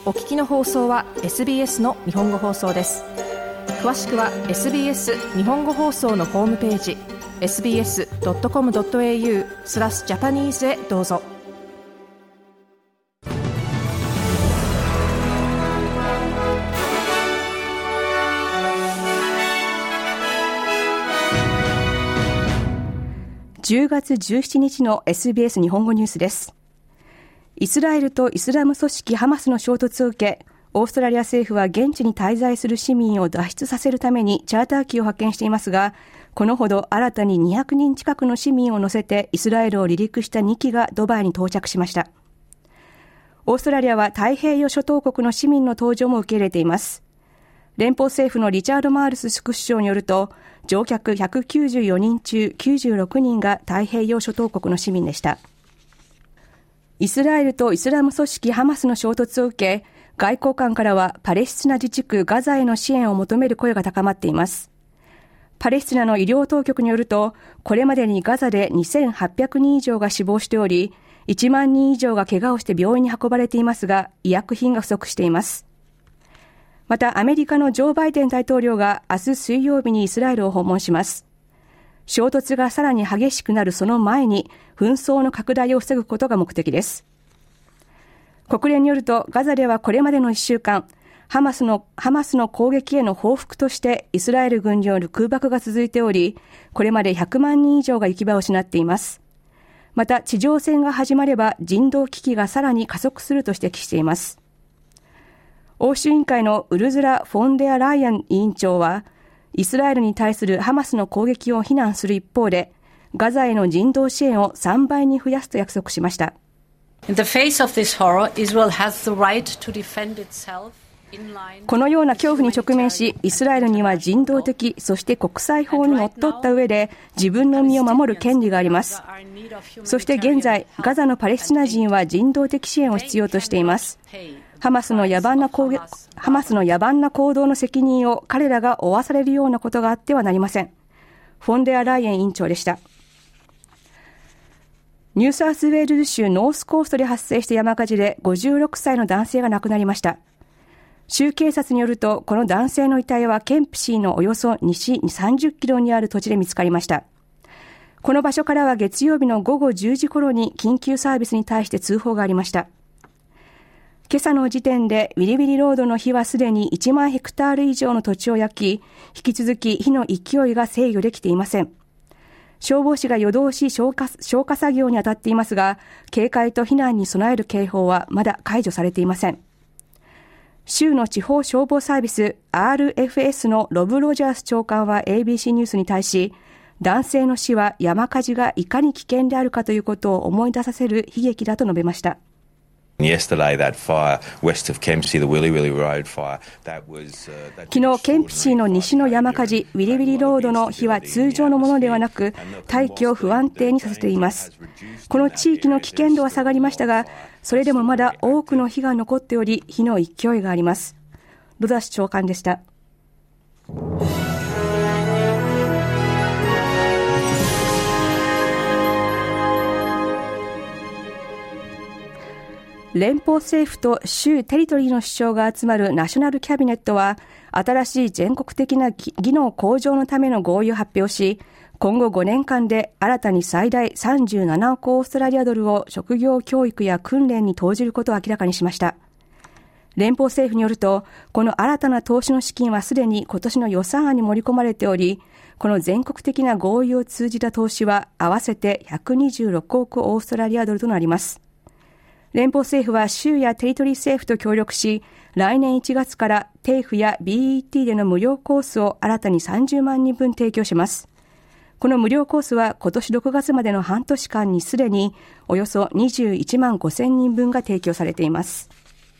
お聞きの放送は SBS の日本語放送です。詳しくは SBS 日本語放送のホームページ sbs.com.au/japanese へどうぞ。10月17日の SBS 日本語ニュースです。イスラエルとイスラム組織ハマスの衝突を受け、オーストラリア政府は現地に滞在する市民を脱出させるためにチャーター機を派遣していますが、このほど新たに200人近くの市民を乗せてイスラエルを離陸した2機がドバイに到着しました。オーストラリアは太平洋諸島国の市民の搭乗も受け入れています。連邦政府のリチャード・マールス副首相によると、乗客194人中96人が太平洋諸島国の市民でした。イスラエルとイスラム組織ハマスの衝突を受け、外交官からはパレスチナ自治区ガザへの支援を求める声が高まっています。パレスチナの医療当局によると、これまでにガザで2800人以上が死亡しており、1万人以上が怪我をして病院に運ばれていますが、医薬品が不足しています。またアメリカのジョー・バイデン大統領が明日水曜日にイスラエルを訪問します。衝突がさらに激しくなるその前に紛争の拡大を防ぐことが目的です。国連によると、ガザではこれまでの1週間、ハマスの攻撃への報復としてイスラエル軍による空爆が続いており、これまで100万人以上が行き場を失っています。また地上戦が始まれば人道危機がさらに加速すると指摘しています。欧州委員会のウルズラ・フォンデアライアン委員長は、イスラエルに対するハマスの攻撃を非難する一方で、ガザへの人道支援を3倍に増やすと約束しました。このような恐怖に直面し、イスラエルには人道的、そして国際法にのっとった上で自分の身を守る権利があります。そして現在、ガザのパレスチナ人は人道的支援を必要としています。ハマスの野蛮な行動の責任を彼らが負わされるようなことがあってはなりません。フォンデアライエン委員長でした。ニューサウスウェールズ州ノースコーストで発生した山火事で56歳の男性が亡くなりました。州警察によると、この男性の遺体はケンプシーのおよそ西30キロにある土地で見つかりました。この場所からは月曜日の午後10時頃に緊急サービスに対して通報がありました。今朝の時点でウィリウィリロードの火はすでに1万ヘクタール以上の土地を焼き、引き続き火の勢いが制御できていません。消防士が夜通し消火作業に当たっていますが、警戒と避難に備える警報はまだ解除されていません。州の地方消防サービス RFS のロブ・ロジャース長官は ABC ニュースに対し、男性の死は山火事がいかに危険であるかということを思い出させる悲劇だと述べました。昨日、ケンプシーの西の山火事、ウィリウィリロードの火は通常のものではなく、大気を不安定にさせています。この地域の危険度は下がりましたが、それでもまだ多くの火が残っており、火の勢いがあります。ロダス長官でした。連邦政府と州テリトリーの首長が集まるナショナルキャビネットは、新しい全国的な技能向上のための合意を発表し、今後5年間で新たに最大37億オーストラリアドルを職業教育や訓練に投じることを明らかにしました。連邦政府によると、この新たな投資の資金はすでに今年の予算案に盛り込まれており、この全国的な合意を通じた投資は合わせて126億オーストラリアドルとなります。連邦政府は州やテリトリー政府と協力し、来年1月からテイフや BET での無料コースを新たに30万人分提供します。この無料コースは今年6月までの半年間にすでにおよそ21万5000人分が提供されています。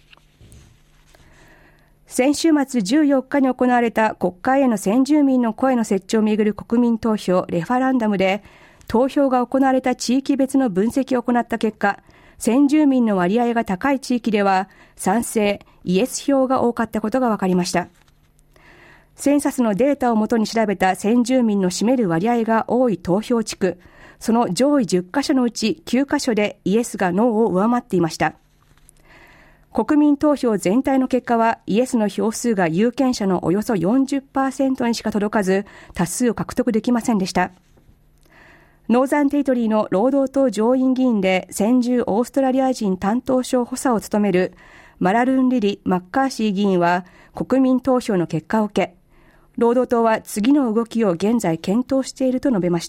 先週末14日に行われた国会への先住民の声の設置をめぐる国民投票レファランダムで、投票が行われた地域別の分析を行った結果、先住民の割合が高い地域では賛成、イエス票が多かったことが分かりました。センサスのデータをもとに調べた先住民の占める割合が多い投票地区、その上位10カ所のうち9カ所でイエスがノーを上回っていました。 国民投票全体の結果はイエスの票数が有権者のおよそ 40% にしか届かず、多数を獲得できませんでした。ノーザンテリトリーの労働党上院議員で先住オーストラリア人担当省補佐を務めるマラルン・リリ・マッカーシー議員は国民投票の結果を受け、労働党は次の動きを現在検討していると述べました。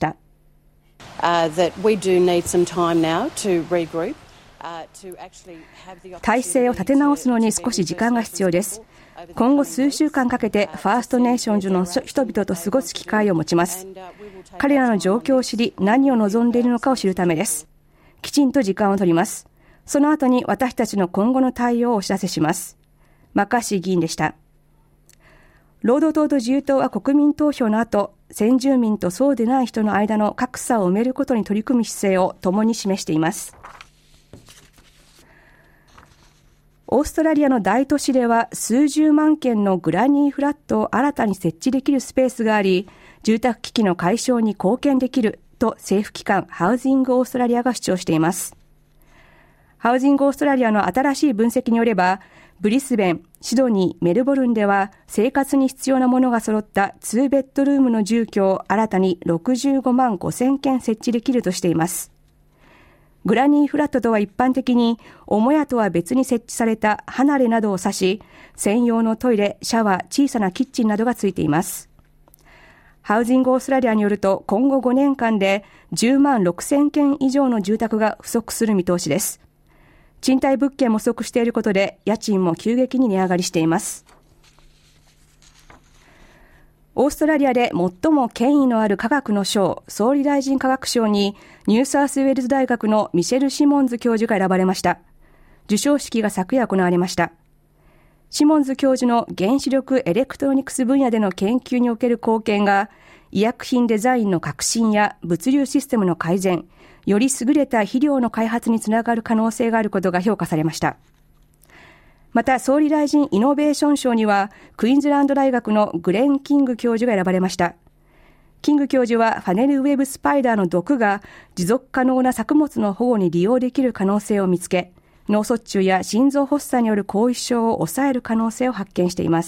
体制を立て直すのに少し時間が必要です。今後数週間かけてファーストネーションズの人々と過ごす機会を持ちます。彼らの状況を知り、何を望んでいるのかを知るためです。きちんと時間を取ります。その後に私たちの今後の対応をお知らせします。マッカーシー議員でした。労働党と自由党は国民投票の後、先住民とそうでない人の間の格差を埋めることに取り組む姿勢を共に示しています。オーストラリアの大都市では数十万件のグラニーフラットを新たに設置できるスペースがあり、住宅危機の解消に貢献できると政府機関ハウジングオーストラリアが主張しています。ハウジングオーストラリアの新しい分析によれば、ブリスベン、シドニー、メルボルンでは生活に必要なものが揃った2ベッドルームの住居を新たに65万5000件設置できるとしています。グラニーフラットとは一般的に母屋とは別に設置された離れなどを指し、専用のトイレ、シャワー、小さなキッチンなどがついています。ハウジングオーストラリアによると、今後5年間で10万6000件以上の住宅が不足する見通しです。賃貸物件も不足していることで、家賃も急激に値上がりしています。オーストラリアで最も権威のある科学の賞、総理大臣科学賞にニューサウスウェールズ大学のミシェル・シモンズ教授が選ばれました。授賞式が昨夜行われました。シモンズ教授の原子力エレクトロニクス分野での研究における貢献が、医薬品デザインの革新や物流システムの改善、より優れた肥料の開発につながる可能性があることが評価されました。また、総理大臣イノベーション賞には、クイーンズランド大学のグレン・キング教授が選ばれました。キング教授は、ファネルウェブスパイダーの毒が持続可能な作物の保護に利用できる可能性を見つけ、脳卒中や心臓発作による後遺症を抑える可能性を発見しています。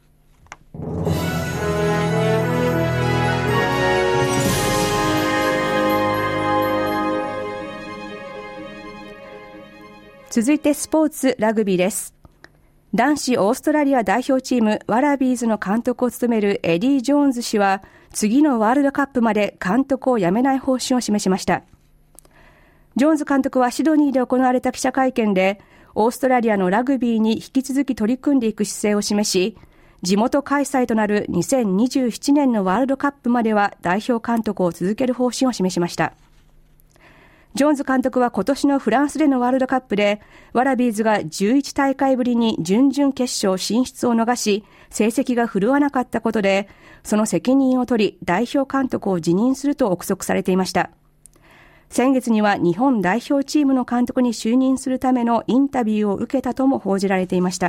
続いてスポーツラグビーです。男子オーストラリア代表チームワラビーズの監督を務めるエディ・ジョーンズ氏は、次のワールドカップまで監督を辞めない方針を示しました。ジョーンズ監督はシドニーで行われた記者会見で、オーストラリアのラグビーに引き続き取り組んでいく姿勢を示し、地元開催となる2027年のワールドカップまでは代表監督を続ける方針を示しました。ジョーンズ監督は今年のフランスでのワールドカップで、ワラビーズが11大会ぶりに準々決勝進出を逃し、成績が振るわなかったことで、その責任を取り、代表監督を辞任すると憶測されていました。先月には日本代表チームの監督に就任するためのインタビューを受けたとも報じられていました。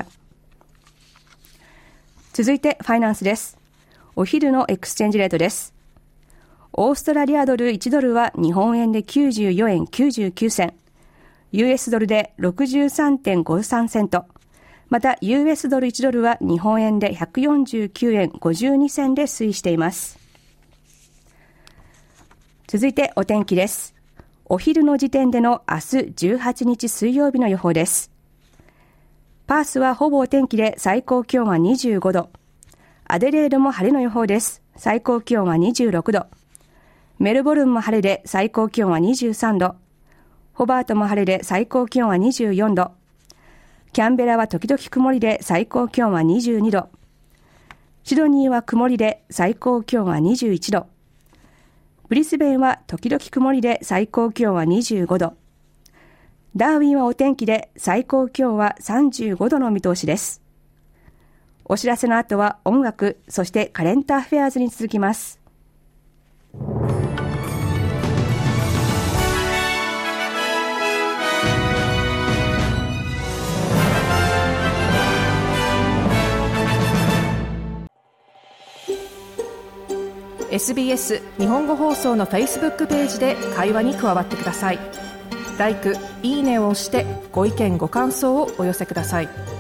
続いてファイナンスです。お昼のエクスチェンジレートです。オーストラリアドル1ドルは日本円で94円99銭、US ドルで 63.53 セント、また US ドル1ドルは日本円で149円52銭で推移しています。続いてお天気です。お昼の時点での明日18日水曜日の予報です。パースはほぼお天気で最高気温は25度。アデレードも晴れの予報です。最高気温は26度。メルボルンも晴れで最高気温は23度。ホバートも晴れで最高気温は24度。キャンベラは時々曇りで最高気温は22度。シドニーは曇りで最高気温は21度。ブリスベンは時々曇りで最高気温は25度。ダーウィンはお天気で最高気温は35度の見通しです。お知らせの後は音楽、そしてカレンターフェアーズに続きます。SBS 日本語放送の Facebook ページで会話に加わってください。 いいねを押してご意見ご感想をお寄せください。